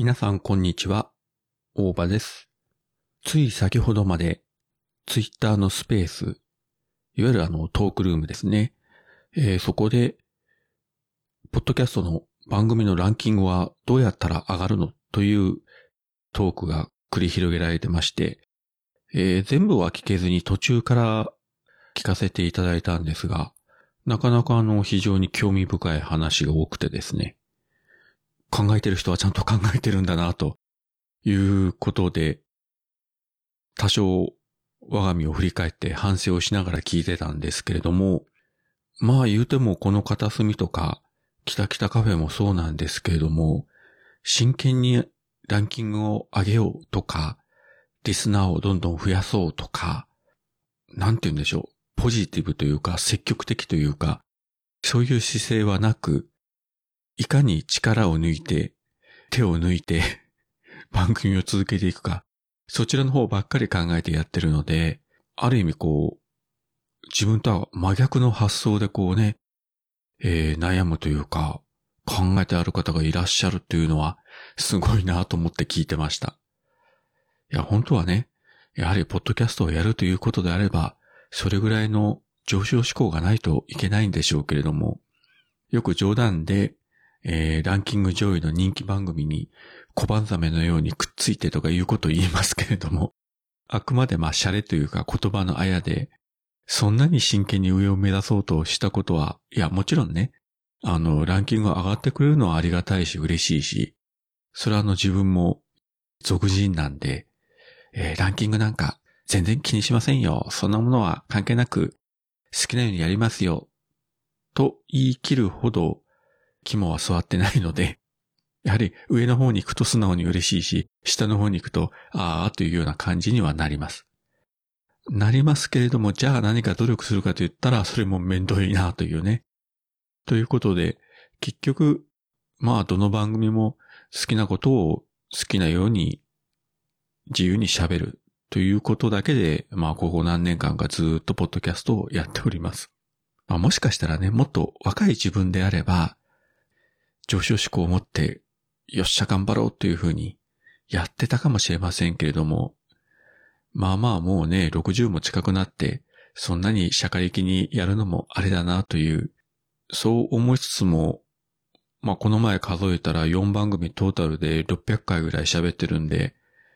皆さんこんにちは、大場です。つい先ほどまでツイッターのスペース、いわゆるトークルームですね。そこで、ポッドキャストの番組のランキングはどうやったら上がるのというトークが繰り広げられてまして、全部は聞けずに途中から聞かせていただいたんですが、なかなか非常に興味深い話が多くてですね、考えてる人はちゃんと考えてるんだなということで、多少我が身を振り返って反省をしながら聞いてたんですけれども、まあ言うてもこの片隅とか、キタキタカフェもそうなんですけれども、真剣にランキングを上げようとか、リスナーをどんどん増やそうとか、なんて言うんでしょう、ポジティブというか積極的というか、そういう姿勢はなく、いかに力を抜いて、手を抜いて番組を続けていくか、そちらの方ばっかり考えてやってるので、ある意味自分とは真逆の発想で悩むというか、考えてある方がいらっしゃるというのは、すごいなと思って聞いてました。いや、本当はね、やはりポッドキャストをやるということであれば、それぐらいの上昇志向がないといけないんでしょうけれども、よく冗談で、ランキング上位の人気番組に小判ザメのようにくっついてとかいうことを言いますけれども、あくまでシャレというか言葉のあやで、そんなに真剣に上を目指そうとしたことは、いやもちろんね、ランキングが上がってくれるのはありがたいし嬉しいし、それは自分も俗人なんで、ランキングなんか全然気にしませんよ。そんなものは関係なく好きなようにやりますよ。と言い切るほど肝は据わってないので、やはり上の方に行くと素直に嬉しいし、下の方に行くと、あーというような感じにはなります。なりますけれども、じゃあ何か努力するかと言ったら、それも面倒いなというね。ということで、結局、どの番組も好きなことを好きなように自由に喋るということだけで、ここ何年間かずっとポッドキャストをやっております。もしかしたらね、もっと若い自分であれば、上昇志向を持って、よっしゃ頑張ろうというふうにやってたかもしれませんけれども、もうね、60も近くなって、そんなに社会的にやるのもあれだなという、そう思いつつも、この前数えたら4番組トータルで600回ぐらい喋ってるんで、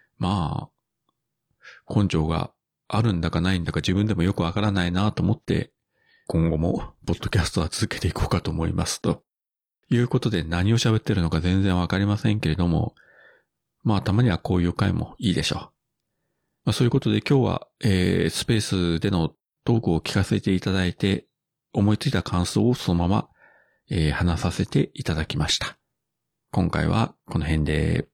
根性があるんだかないんだか自分でもよくわからないなと思って、今後もポッドキャストは続けていこうかと思いますと。いうことで何を喋ってるのか全然わかりませんけれども、たまにはこういう回もいいでしょう。そういうことで今日は、スペースでのトークを聞かせていただいて、思いついた感想をそのまま、話させていただきました。今回はこの辺で。